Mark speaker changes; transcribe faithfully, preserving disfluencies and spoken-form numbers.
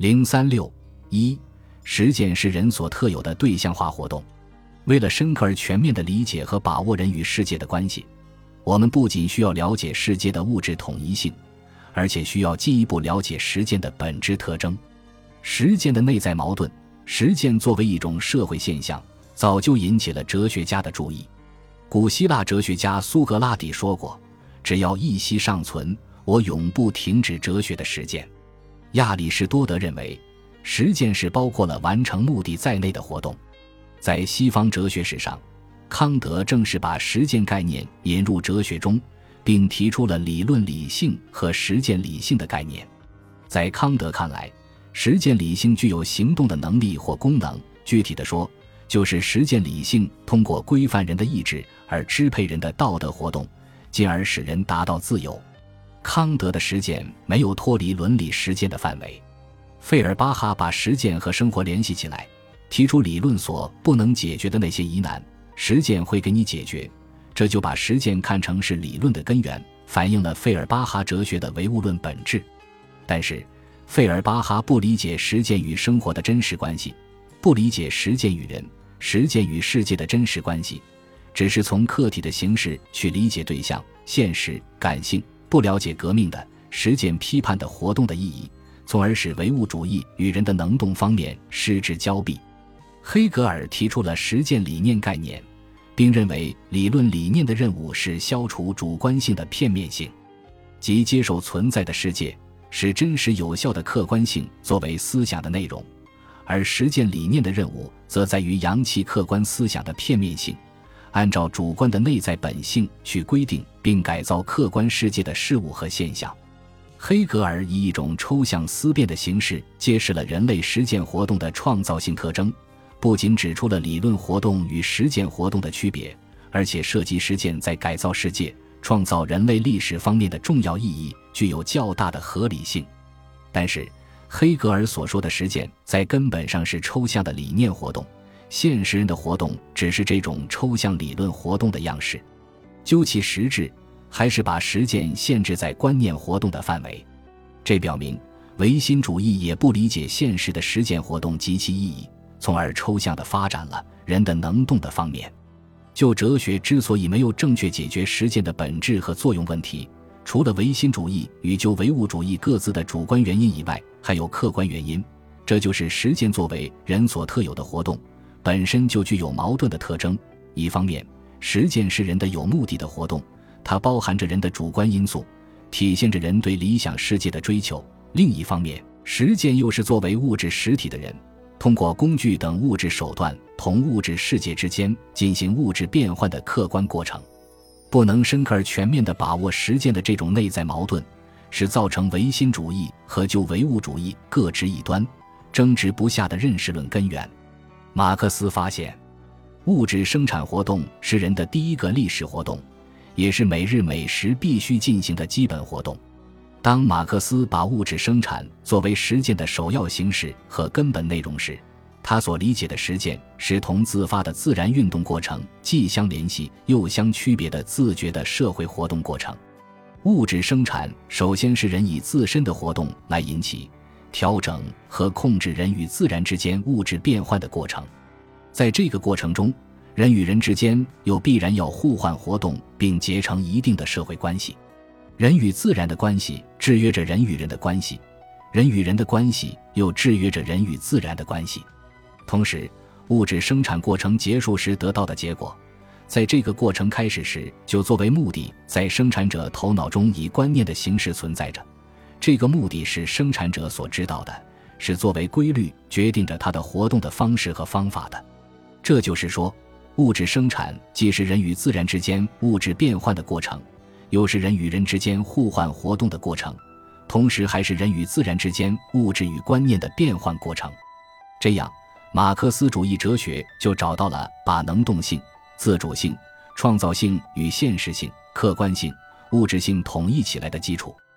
Speaker 1: 零三六一，实践是人所特有的对象化活动。为了深刻而全面地理解和把握人与世界的关系，我们不仅需要了解世界的物质统一性，而且需要进一步了解实践的本质特征。实践的内在矛盾，实践作为一种社会现象，早就引起了哲学家的注意。古希腊哲学家苏格拉底说过，只要一息尚存，我永不停止哲学的实践。亚里士多德认为，实践是包括了完成目的在内的活动。在西方哲学史上，康德正是把实践概念引入哲学中，并提出了理论理性和实践理性的概念。在康德看来，实践理性具有行动的能力或功能，具体的说，就是实践理性通过规范人的意志而支配人的道德活动，进而使人达到自由。康德的实践没有脱离伦理实践的范围。费尔巴哈把实践和生活联系起来，提出理论所不能解决的那些疑难，实践会给你解决，这就把实践看成是理论的根源，反映了费尔巴哈哲学的唯物论本质。但是费尔巴哈不理解实践与生活的真实关系，不理解实践与人、实践与世界的真实关系，只是从客体的形式去理解对象、现实、感性，不了解革命的、实践批判的活动的意义，从而使唯物主义与人的能动方面失之交臂。黑格尔提出了实践理念概念，并认为理论理念的任务是消除主观性的片面性，即接受存在的世界，使真实有效的客观性作为思想的内容，而实践理念的任务则在于扬弃客观思想的片面性，按照主观的内在本性去规定并改造客观世界的事物和现象。黑格尔以一种抽象思辨的形式揭示了人类实践活动的创造性特征，不仅指出了理论活动与实践活动的区别，而且涉及实践在改造世界、创造人类历史方面的重要意义，具有较大的合理性。但是黑格尔所说的实践在根本上是抽象的理念活动，现实人的活动只是这种抽象理论活动的样式，究其实质，还是把实践限制在观念活动的范围。这表明唯心主义也不理解现实的实践活动及其意义，从而抽象地发展了人的能动的方面。就哲学之所以没有正确解决实践的本质和作用问题，除了唯心主义与就唯物主义各自的主观原因以外，还有客观原因，这就是实践作为人所特有的活动，本身就具有矛盾的特征。一方面，实践是人的有目的的活动，它包含着人的主观因素，体现着人对理想世界的追求；另一方面，实践又是作为物质实体的人，通过工具等物质手段同物质世界之间进行物质变换的客观过程。不能深刻而全面地把握实践的这种内在矛盾，是造成唯心主义和就唯物主义各执一端、争执不下的认识论根源。马克思发现，物质生产活动是人的第一个历史活动，也是每日每时必须进行的基本活动。当马克思把物质生产作为实践的首要形式和根本内容时，他所理解的实践是同自发的自然运动过程既相联系又相区别的自觉的社会活动过程。物质生产首先是人以自身的活动来引起、调整和控制人与自然之间物质变换的过程。在这个过程中，人与人之间又必然要互换活动并结成一定的社会关系。人与自然的关系制约着人与人的关系，人与人的关系又制约着人与自然的关系。同时，物质生产过程结束时得到的结果，在这个过程开始时就作为目的在生产者头脑中以观念的形式存在着。这个目的是生产者所知道的，是作为规律决定着他的活动的方式和方法的。这就是说，物质生产既是人与自然之间物质变换的过程，又是人与人之间互换活动的过程，同时还是人与自然之间物质与观念的变换过程。这样，马克思主义哲学就找到了把能动性、自主性、创造性与现实性、客观性、物质性统一起来的基础。